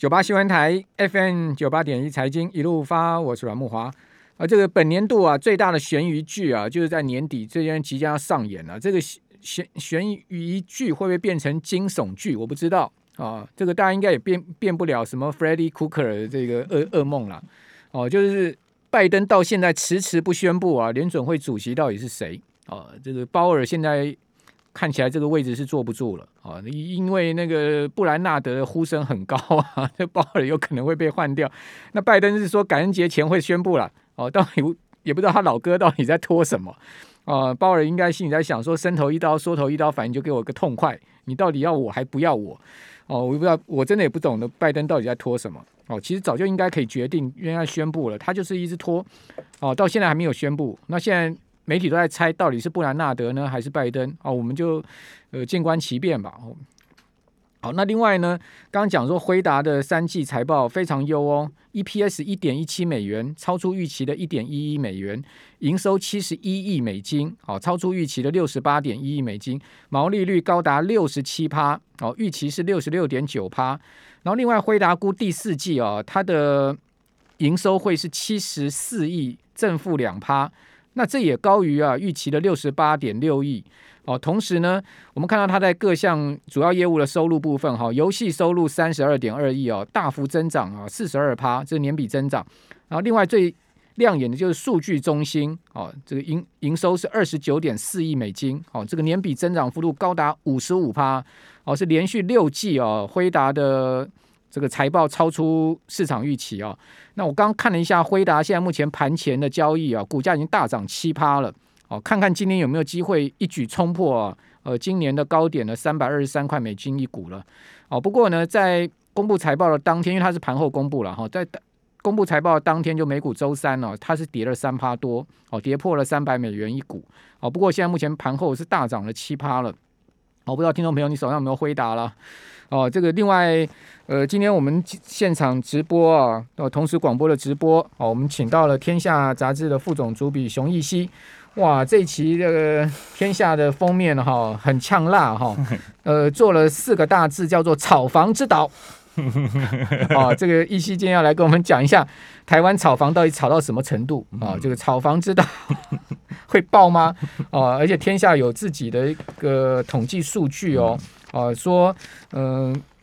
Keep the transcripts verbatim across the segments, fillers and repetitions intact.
九八新闻台 F M 九八点一财经一路发，我是阮慕骅。啊，这个本年度啊最大的悬疑剧啊，就是在年底这边即将要上演了、啊。这个悬悬疑剧会不会变成惊悚剧？我不知道啊。这个大家应该也变变不了什么 Freddy Krueger 的这个噩噩梦了。哦、啊，就是拜登到现在迟迟不宣布啊，联准会主席到底是谁？啊，这个鲍尔现在看起来这个位置是坐不住了啊，因为那个布兰纳德的呼声很高啊，这鲍尔有可能会被换掉。那拜登是说感恩节前会宣布了哦，到底也不知道他老哥到底在拖什么啊？鲍尔应该心里在想说，伸头一刀，缩头一刀，反正就给我个痛快，你到底要我还不要我？哦，我不知道，我真的也不懂得拜登到底在拖什么哦。其实早就应该可以决定，应该宣布了，他就是一直拖哦，到现在还没有宣布。那现在媒体都在猜到底是布兰纳德呢还是拜登哦，我们就呃静观其变吧。哦，好，那另外呢，刚刚讲说辉达的三季财报非常优哦 ，E P S 一点一七美元，超出预期的一点一一美元，营收七十一亿美金，哦，超出预期的六十八点一亿美金，毛利率高达六十七趴，哦，预期是六十六点九趴。然后另外辉达估第四季哦，它的营收会是七十四亿，正负两趴。那这也高于啊预期的六十八点六亿哦。同时呢，我们看到它在各项主要业务的收入部分，哈、哦，游戏收入三十二点二亿哦，大幅增长啊，四十二趴，这是年比增长。然后另外最亮眼的就是数据中心哦，这个营营收是二十九点四亿美金哦，这个年比增长幅度高达五十五趴哦，是连续六季哦，辉达的这个财报超出市场预期哦。那我刚刚看了一下辉达现在目前盘前的交易啊，股价已经大涨七趴了哦，看看今年有没有机会一举冲破啊呃今年的高点的三百二十三块美金一股了哦。不过呢，在公布财报的当天，因为它是盘后公布了哈、哦，在公布财报的当天就美股周三哦，它是跌了三趴多哦，跌破了三百美元一股哦。不过现在目前盘后是大涨了七趴了哦，不知道听众朋友你手上有没有辉达了？哦，这个另外，呃，今天我们现场直播啊，哦，同时广播的直播，哦，我们请到了《天下》杂志的副总主笔熊毅希，哇，这一期这个《天下》的封面哈、哦，很呛辣哈、哦，呃，做了四个大字叫做“炒房之岛”。哦，这个毅希今天要来跟我们讲一下台湾炒房到底炒到什么程度啊、哦？这个炒房之岛会爆吗？哦，而且天下有自己的一个统计数据哦，哦说嗯、呃，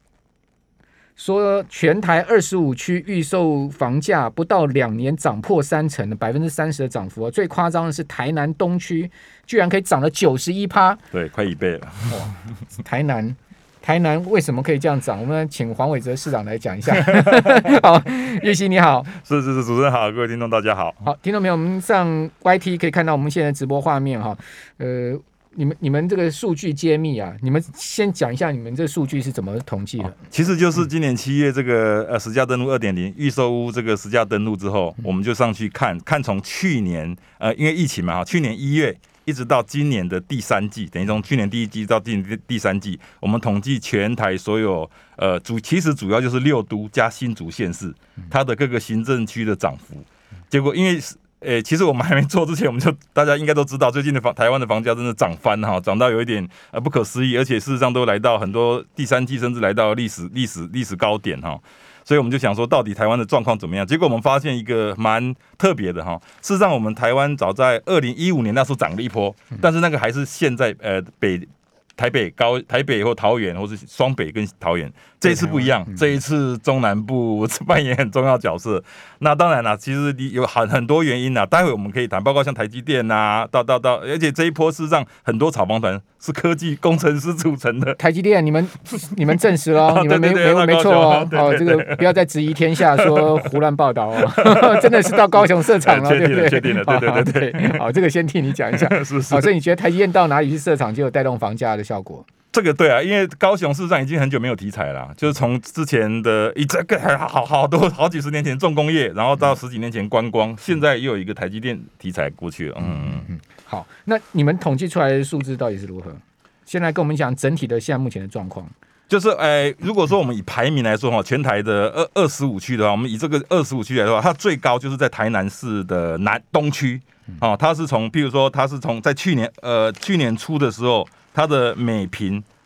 说全台二十五区预售房价不到两年涨破三成的百分之三十的涨幅、哦，最夸张的是台南东区居然可以涨了九十一趴， 对，快一倍了。 哦、台南。台南为什么可以这样涨？我们请黄伟哲市长来讲一下。好，玉熙你好， 是是是，主持人好，各位听众大家好。 好，听众朋友，我们上 Y T 可以看到我们现在直播画面哈。呃，你们你们这个数据揭秘啊，你们先讲一下你们这数据是怎么统计的？哦、 其实就是今年七月这个呃实价登录 二点零 预售屋这个实价登录之后，嗯、我们就上去看看从去年呃因为疫情嘛哈，去年一月。一直到今年的第三季，等于从去年第一季到今年第三季，我们统计全台所有呃主，其实主要就是六都加新竹县市，它的各个行政区的涨幅。结果因为呃，其实我们还没做之前，我们就大家应该都知道，最近的房台湾的房价真的涨翻哈，涨到有一点呃不可思议，而且事实上都来到很多第三季，甚至来到历史历史历史高点哈。所以我们就想说，到底台湾的状况怎么样？结果我们发现一个蛮特别的哈。事实上，我们台湾早在二零一五年那时候涨了一波，但是那个还是现在呃北台北高台北或桃园，或是双北跟桃园。这一次不一样，这一次中南部扮演很重要角色。那当然啦，其实有很很多原因啦，待会我们可以谈，包括像台积电啊，到到到，而且这一波事实上很多炒房团是科技工程师组成的。 台积电，你们你们证实了，你们没没没错哦。哦，这个不要再质疑天下说胡乱报道哦，真的是到高雄设厂了，对不对？ 确定了，对对对对。好，这个先替你讲一下。 是是。 好，所以你觉得台积电到哪里去设厂就有带动房价的效果？ 这个对啊，因为高雄事实上已经很久没有题材了，就是从之前的一这个好好多好几十年前重工业，然后到十几年前观光，现在又有一个台积电题材过去了。嗯嗯嗯。 好，那你们统计出来的数字到底是如何？先来跟我们讲整体的现在目前的状况。 就是呃，如果说我们以排名来说哈，全台的二二十五区的话，我们以这个二十五区来说，它最高就是在台南市的南东区，哦，它是从，譬如说它是从在去年呃去年初的时候。它的每坪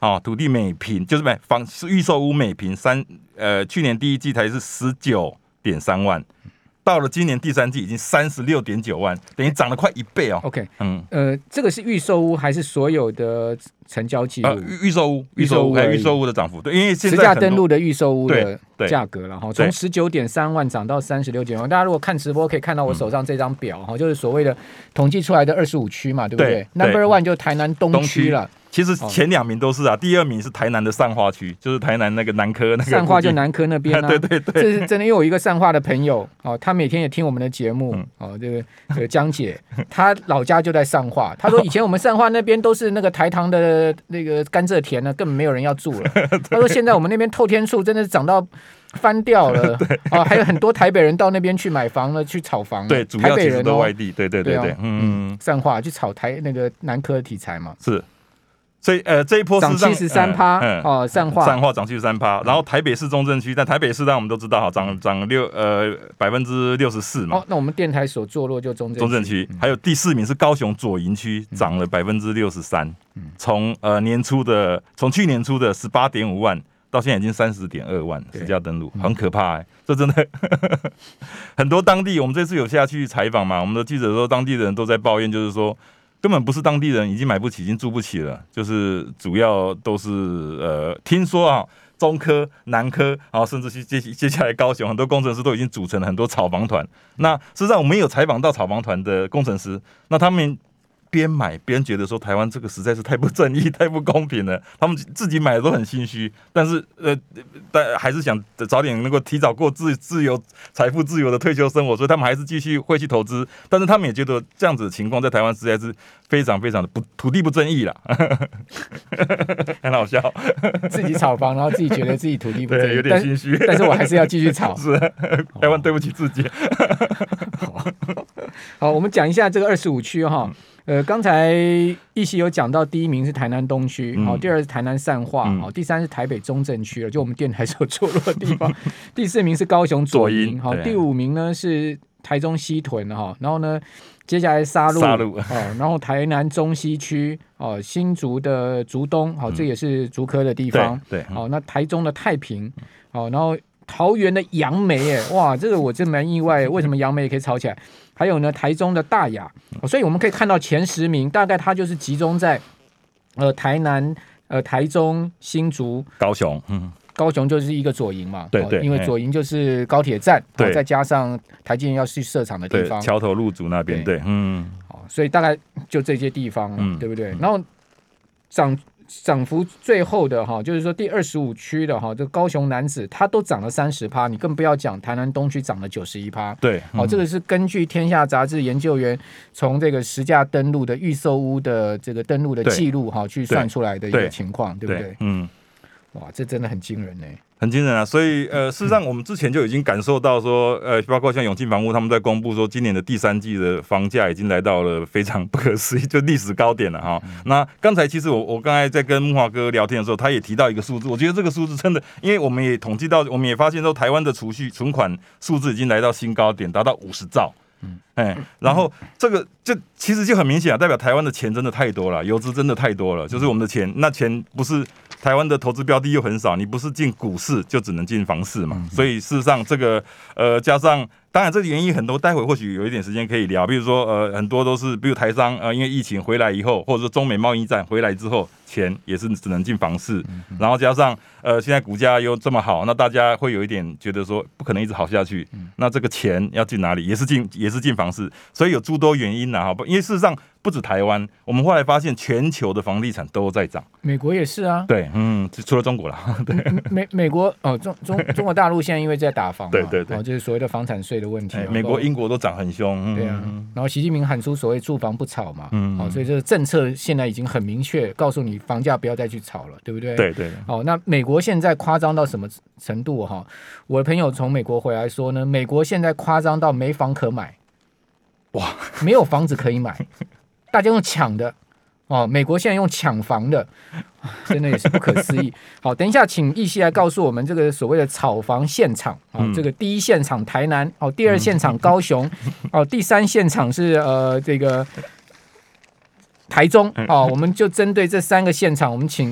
哦，土地每平就是每房预售屋每平三呃，去年第一季才是十九点三万。到了今年第三季已经三十六点九万，等于涨了快一倍哦。 OK， 嗯， 呃，这个是预售屋还是所有的成交记录？ 呃，预售屋，预售屋，预售屋的涨幅，对，因为现在实价登录的预售屋的对价格了哈，从十九点三万涨到三十六点万。大家如果看直播可以看到我手上这张表哈、嗯，就是所谓的统计出来的二十五区嘛，对不对？对 ？Number one 就是台南东区了。 其实前两名都是啊，第二名是台南的善化区，就是台南那个南科那个。 善化就南科那边啊。 对对对， 这是真的，因为我一个善化的朋友哦，他每天也听我们的节目、嗯、哦，这个这个江姐，他老家就在善化，他说以前我们善化那边都是那个台糖的那个甘蔗田呢，根本没有人要住了。他说现在我们那边透天厝真的是涨到翻掉了哦，还有很多台北人到那边去买房了，去炒房。 对，主要其实都外地，对对对对， 对嗯，善化去炒台那个南科的题材嘛， 是。所以呃，这一波涨七十三趴哦，善化善化涨七十三趴，然后台北市中正区，但台北市当然我们都知道哈，涨涨六呃百分之六十四嘛。 哦，那我们电台所坐落就中正中正区，还有第四名是高雄左营区，涨了百分之六十三，从呃年初的从去年初的十八点五万到现在已经三十点二万，实价登录很可怕哎、欸，这真的很多当地我们这次有下去采访嘛，我们的记者说当地的人都在抱怨，就是说。根本不是当地人已经买不起，已经住不起了，就是主要都是呃，听说啊，中科、南科，然后甚至接接下来高雄，很多工程师都已经组成了很多炒房团。那事实上我们也有采访到炒房团的工程师，那他们边买边觉得说台湾这个实在是太不正义、太不公平了，他们自己买的都很心虚，但是呃，但还是想早点能够提早过自自由、财富自由的退休生活，所以他们还是继续会去投资，但是他们也觉得这样子的情况在台湾实在是非常非常的不土地不正义啦，很好笑， 自己炒房，然后自己觉得自己土地不正义， 有点心虚， 但是我还是要继续炒， 是台湾对不起自己。 好, 好，我们讲一下这个二十五区哈。呃，刚才奕希有讲到，第一名是台南东区，好、嗯，第二是台南善化，好、嗯，第三是台北中正区了，就我们电台所坐落的地方。第四名是高雄左营，好，第五名呢是台中西屯哈，然后呢，接下来沙鹿，沙鹿哦，然后台南中西区哦，新竹的竹东，好、嗯，这也是竹科的地方， 对，对好，那台中的太平，好，然后桃园的杨梅，哎，哇，这个我真蛮意外，为什么杨梅也可以炒起来？还有呢，台中的大雅，所以我们可以看到前十名，大概它就是集中在呃台南、呃台中、新竹、 高雄，嗯， 高雄就是一个左营嘛， 对对， 因为左营就是高铁站， 对， 再加上台积电要去设厂的地方， 桥头路竹那边，对，嗯， 好，所以大概就这些地方，嗯、对不对？然后涨。涨幅最后的哈，就是说第二十五区的哈，这高雄楠梓它都涨了三十趴，你更不要讲台南东区涨了九十一趴。 对， 好、嗯，这个是根据天下杂志研究员从这个实价登录的预售屋的这个登录的记录哈去算出来的一个情况， 对, 对不对？嗯，哇，这真的很惊人呢。 很惊人啊，所以呃，事实上我们之前就已经感受到说，呃，包括像永庆房屋他们在公布说，今年的第三季的房价已经来到了非常不可思议，就历史高点了哈。嗯、那刚才其实我我刚才在跟木华哥聊天的时候，他也提到一个数字，我觉得这个数字真的，因为我们也统计到，我们也发现说，台湾的储蓄存款数字已经来到新高点，达到五十兆。嗯，哎，然后这个就其实就很明显啊，代表台湾的钱真的太多了，游资真的太多了，就是我们的钱，那钱不是台湾的投资标的又很少，你不是进股市就只能进房市嘛，所以事实上这个呃加上。当然，这个原因很多，待会或许有一点时间可以聊。比如说，呃，很多都是，比如台商，呃，因为疫情回来以后，或者说中美贸易战回来之后，钱也是只能进房市，然后加上，呃，现在股价又这么好，那大家会有一点觉得说，不可能一直好下去。那这个钱要进哪里？也是进，也是进房市，所以有诸多原因啦，哈。因为事实上不止台湾，我们后来发现全球的房地产都在涨， 美国也是啊。 对，嗯，除了中国啦。对， 美美国哦，中中中国大陆现在因为在打房嘛， 对对对， 哦，就是所谓的房产税的问题， 美国、英国都涨很凶，嗯、 对啊。然后习近平喊出所谓住房不炒嘛，嗯，哦，所以这个政策现在已经很明确，告诉你房价不要再去炒了，对不对？ 对对。 哦，那美国现在夸张到什么程度哈？我的朋友从美国回来说呢，美国现在夸张到没房可买，哇，没有房子可以买，大家用抢的。哦，美国现在用抢房的，真的也是不可思议。好，等一下，请奕希来告诉我们这个所谓的炒房现场啊、哦，这个第一现场台南，哦，第二现场高雄，哦，第三现场是呃这个台中，哦，我们就针对这三个现场，我们请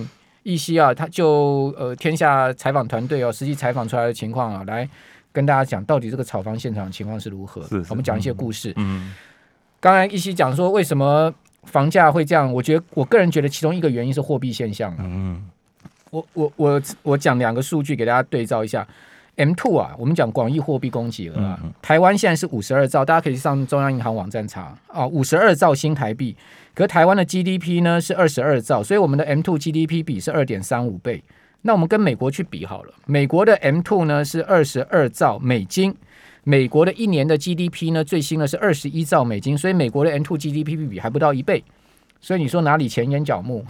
奕希啊，他就呃天下采访团队哦，实际采访出来的情况啊，来跟大家讲到底这个炒房现场的情况是如何。 是是我们讲一些故事。 嗯， 刚才奕希讲说为什么房价会这样，我觉得我个人觉得其中一个原因是货币现象、啊。嗯，我我我我讲两个数据给大家对照一下。M 二 啊，我们讲广义货币供给额啊，嗯、台湾现在是五十二兆，大家可以上中央银行网站查啊，五十二兆新台币。可是台湾的 G D P 呢是二十二兆，所以我们的 M 二 G D P 比是 二点三五 倍。那我们跟美国去比好了，美国的 M 二 呢是二十二兆美金，美国的一年的 G D P 呢最新的是二十一兆美金，所以美国的 M 二 G D P 比还不到一倍。所以你说哪里前眼角目？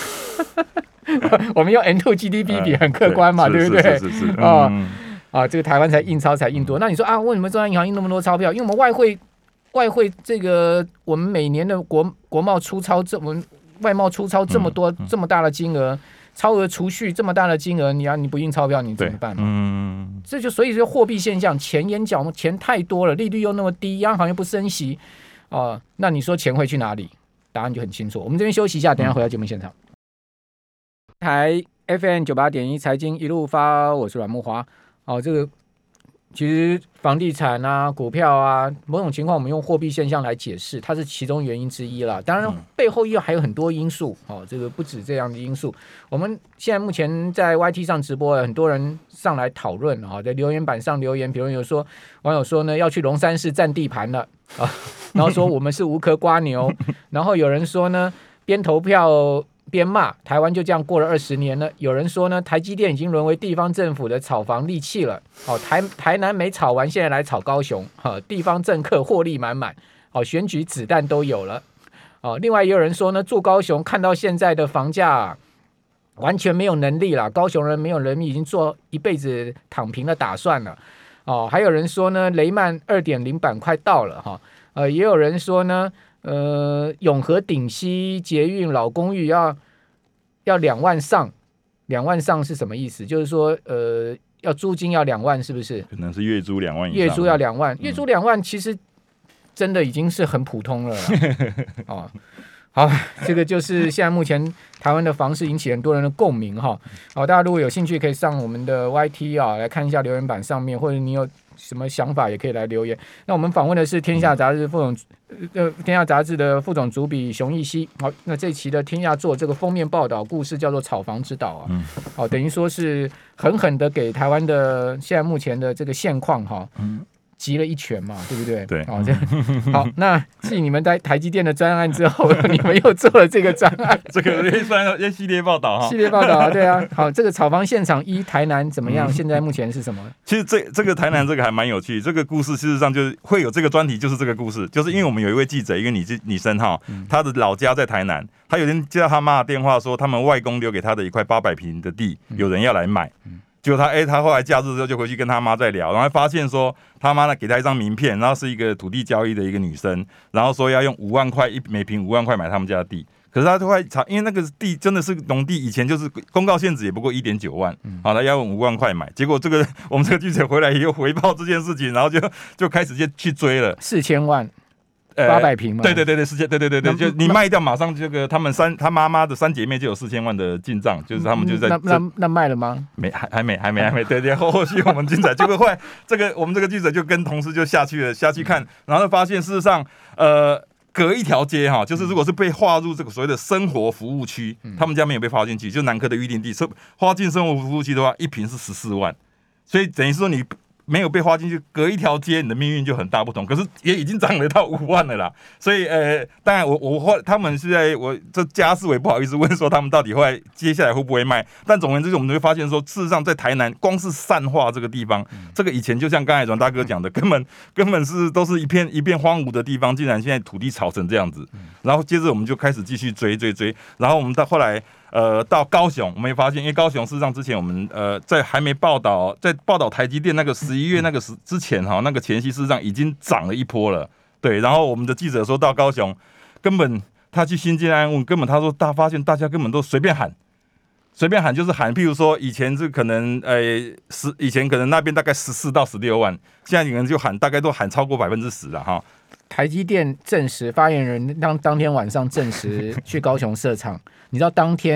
我们用 M 二 G D P 比很客观嘛，呃、对, 对不对？ 是是是是啊、 嗯啊，这个台湾才印钞才印多。那你说啊，为什么中央银行印那么多钞票？因为我们外汇外汇这个我们每年的国国贸出超这我们外贸出超这么多、嗯、这么大的金额，超额储蓄这么大的金额，你啊你不印钞票你怎么办嘛？嗯，这就所以说货币现象钱眼角钱太多了，利率又那么低，央行又不升息啊、呃，那你说钱会去哪里？答案就很清楚。我们这边休息一下，等一下回到节目现场。嗯、台 F M 九八点一财经一路发，我是阮慕骅。哦，这个其实房地产啊、股票啊，某种情况我们用货币现象来解释，它是其中原因之一啦。当然，背后又还有很多因素。哦，这个不止这样的因素。我们现在目前在 Y T 上直播，很多人上来讨论啊、哦，在留言板上留言，比如有说网友说呢要去龙山寺占地盘了啊，然后说我们是无壳瓜牛，然后有人说呢边投票边骂台湾就这样过了二十年了。有人说呢，台积电已经沦为地方政府的炒房利器了。哦，台台南没炒完，现在来炒高雄，哦、地方政客获利满满。哦，选举子弹都有了。哦，另外也有人说呢，住高雄看到现在的房价、啊，完全没有能力了。高雄人没有能力，已经做一辈子躺平的打算了。哦，还有人说呢，雷曼 二点零 版快到了哈、哦。呃，也有人说呢。呃，永和顶溪捷运老公寓要要两万上，两万上是什么意思？就是说，呃，要租金要两万，是不是？ 可能是月租两万以上。 月租要两万，月租两万，其实真的已经是很普通了啦。哦，好，这个就是现在目前台湾的房市引起很多人的共鸣哈。好，大家如果有兴趣，可以上我们的 Y T 啊来看一下留言板上面，或者你有什么想法也可以来留言。那我们访问的是天下杂志副总。呃，天下杂志的副总主笔熊奕希。好，那这一期的天下做这个封面报道，故事叫做《炒房之岛》啊。嗯。好，等于说是狠狠的给台湾的现在目前的这个现况哈。嗯。集了一拳嘛，对不对？ 对， 好、哦，这好。那继你们在台积电的专案之后，你们又做了这个专案， 这个也算一系列报道哈， 系列报道啊，对啊。好，这个炒房现场一台南怎么样？嗯、现在目前是什么？ 其实这这个台南这个还蛮有趣，这个故事事实上就是会有这个专题，就是这个故事，就是因为我们有一位记者，一个女女生哈，她的老家在台南，她有天接到她妈的电话说，他们外公留给她的一块八百平的地，有人要来买。嗯结果他哎、欸，他后来假日之后就回去跟他妈在聊，然后发现说他妈呢给他一张名片，然后是一个土地交易的一个女生，然后说要用五万块一每平五万块买他们家的地，可是他后来查，因为那个地真的是农地，以前就是公告限制也不过一点九万，好，他要用五万块买，结果这个我们这个记者回来也有回报这件事情，然后就就开始就去追了四千万。八百平嘛， 对对对对，四千，对对对对，就你卖掉，马上这个他们三他妈妈的三姐妹就有四千万的进账，就是他们就在那那那卖了吗？ 没，还还没，还没，还没，对对，后后续我们精彩。结果后来这个我们这个记者就跟同事就下去了，下去看，然后就发现事实上，呃，隔一条街哈，就是如果是被划入这个所谓的生活服务区，他们家没有被划进去，就南科的预定地，划进生活服务区的话，一坪是十四万，所以等于说你。没有被划进去，隔一条街，你的命运就很大不同。可是也已经涨了到五万了啦，所以呃，当然我我后他们是在我这家事我也不好意思问说他们到底后来接下来会不会卖。但总而言之，我们就会发现说，事实上在台南，光是善化这个地方，嗯、这个以前就像刚才阮大哥讲的，根本根本是都是一片一片荒芜的地方，竟然现在土地炒成这样子。然后接着我们就开始继续追追追，然后我们到后来。呃，到高雄，我们也发现，因为高雄事实上之前我们呃在还没报道，在报道台积电那个十一月那个时之前哈，那个前夕事实上已经涨了一波了，对。然后我们的记者说到高雄，根本他去新建案问，根本他说大发现大家根本都随便喊，随便喊就是喊，譬如说以前是可能呃十以前可能那边大概十四到十六万，现在可能就喊大概都喊超过百分之十了哈。 台积电证实，发言人当当天晚上证实去高雄设厂。你知道当天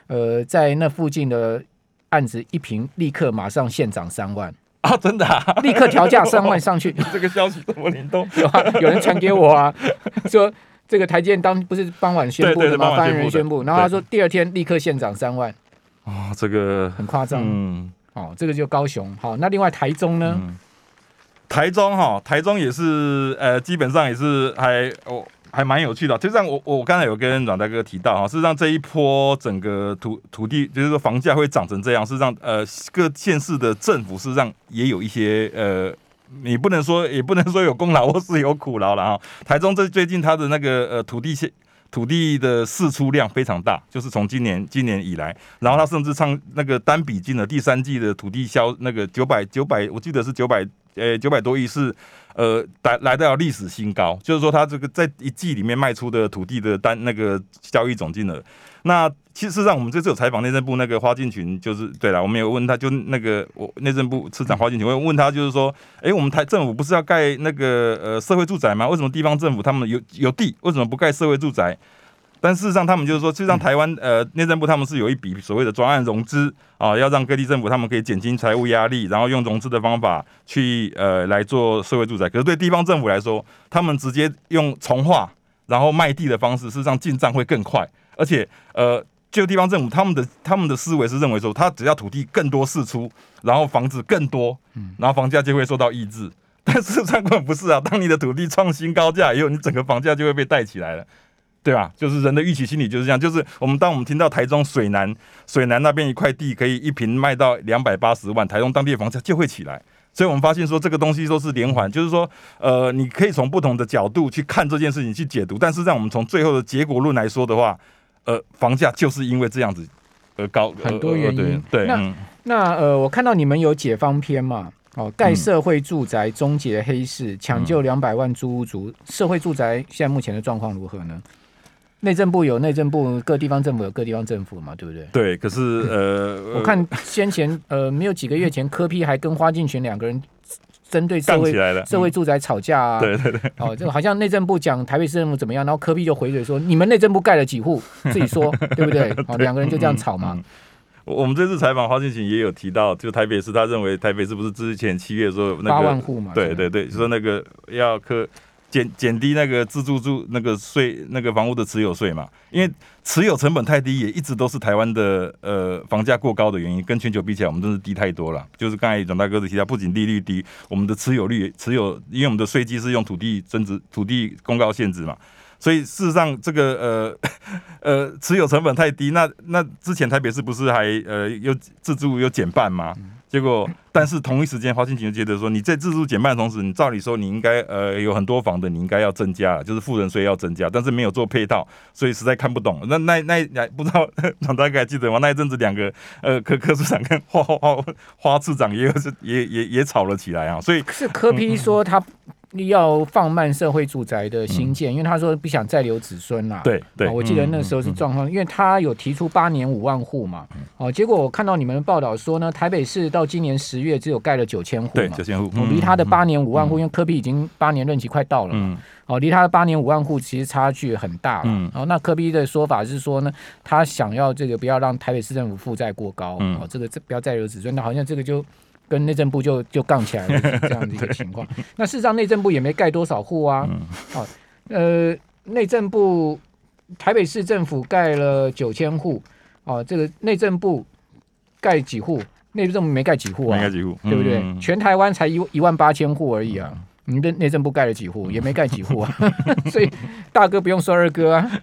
呃，在那附近的案子一平立刻马上现涨三万。 啊，真的、啊， 立刻调价三万上去， 这个消息这么灵动， 有啊，有人传给我啊，说这个台积电当不是傍晚宣布的吗？发言人宣布，然后他说第二天立刻现涨三万， 哦，这个很夸张， 嗯， 哦，这个就高雄，好，那另外台中呢？ 嗯、台中哈，台中也是呃，基本上也是还哦。还蛮有趣的，就像我我刚才有跟阮大哥提到哈，事实上这一波整个土土地就是说房价会涨成这样，事实上呃各县市的政府事实上也有一些呃，你不能说也不能说有功劳或是有苦劳了哈。台中这最近它的那个呃土地土地的释出量非常大，就是从今年今年以来，然后它甚至唱那个单笔金额第三季的土地销那个九百九百，我记得是九百呃九百多亿是。呃，来来到历史新高，就是说，它这个在一季里面卖出的土地的单那个交易总金额，那其实上我们这次有采访内政部那个花敬群，就是对了，我们有问他，就那个我内政部次长花敬群，我问他就是说，哎、欸，我们台政府不是要盖那个呃社会住宅吗？为什么地方政府他们有有地，为什么不盖社会住宅？但事实上，他们就是说，事实上台湾呃内政部他们是有一笔所谓的专案融资啊，要让各地政府他们可以减轻财务压力，然后用融资的方法去呃来做社会住宅。可是对地方政府来说，他们直接用重划然后卖地的方式，事实上进账会更快，而且呃就地方政府他们的他们的思维是认为说，他只要土地更多释出，然后房子更多，然后房价就会受到抑制。但事实上根本不是啊，当你的土地创新高价以后，你整个房价就会被带起来了。对吧？就是人的预期心理就是这样，就是我们当我们听到台中水南水南那边一块地可以一坪卖到两百八十万，台中当地的房价就会起来。所以我们发现说这个东西都是连环，就是说呃，你可以从不同的角度去看这件事情去解读，但是让我们从最后的结果论来说的话，呃，房价就是因为这样子而高， 很多原因。 呃、对，对那、嗯、那呃，我看到你们有解方篇嘛？哦，盖社会住宅终结黑市，抢救两百万租屋族。嗯、社会住宅现在目前的状况如何呢？内政部有内政部，各地方政府有各地方政府嘛，对不对？ 对，可是呃， 我看先前呃没有几个月前，柯 P 还跟花敬群两个人针对社会社会住宅吵架啊。 对对对。 哦，这个好像内政部讲台北市政府怎么样，然后柯 P 就回嘴说：“你们内政部盖了几户，自己说，对不对？”哦，两个人就这样吵嘛。嗯嗯我们这次采访花敬群也有提到，就台北市，他认为台北市不是之前七月说那个八万户嘛？ 对对对，说那个要科。减减低那个自住住那个税那个房屋的持有税嘛，因为持有成本太低，也一直都是台湾的呃房价过高的原因，跟全球比起来，我们真是低太多了。就是刚才阮大哥的提到，不仅利率低，我们的持有率持有，因为我们的税基是用土地增值、土地公告限制嘛，所以事实上这个呃呃持有成本太低，那那之前台北市不是还呃有自住有减半吗？结果，但是同一时间，花敬群就觉得说，你在自住减半的同时，你照理说你应该呃有很多房的，你应该要增加，就是富人税要增加，但是没有做配套，所以实在看不懂。那那那不知道阮大哥还记得吗？那一阵子两个呃柯柯市长跟花花花市长也有也也也吵了起来啊。所以是柯 P 说他要放慢社会住宅的新建，嗯、因为他说不想再留子孙啦。 对对、 哦，我记得那时候是状况，嗯、因为他有提出八年五万户嘛。哦，结果我看到你们的报道说呢，台北市到今年十月只有盖了九千户嘛， 对，九千户， 哦，离他的八年五万户，嗯、因为柯 P 已经八年任期快到了嘛。嗯哦，离他的八年五万户其实差距很大了。嗯，哦，那柯 P 的说法是说呢，他想要这个不要让台北市政府负债过高，嗯、哦，这个不要再留子孙，那好像这个就跟内政部就就杠起来了，这样的一个情况。那事实上内政部也没盖多少户啊。嗯、哦，呃，内政部台北市政府盖了九千户，哦，这个内政部盖几户？内政部没盖几户啊？ 没盖几户， 对不对？嗯、全台湾才一一万八千户而已啊。嗯你的内政部盖了几户，也没盖几户啊，所以大哥不用说二哥啊。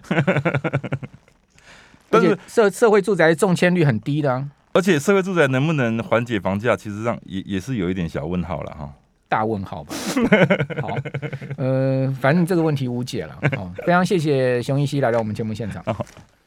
而且社社会住宅中签率很低的、啊， 而且社会住宅能不能缓解房价，其实上也也是有一点小问号了哈。 大问号吧。好，呃，反正这个问题无解了。哦，非常谢谢熊一熙来到我们节目现场。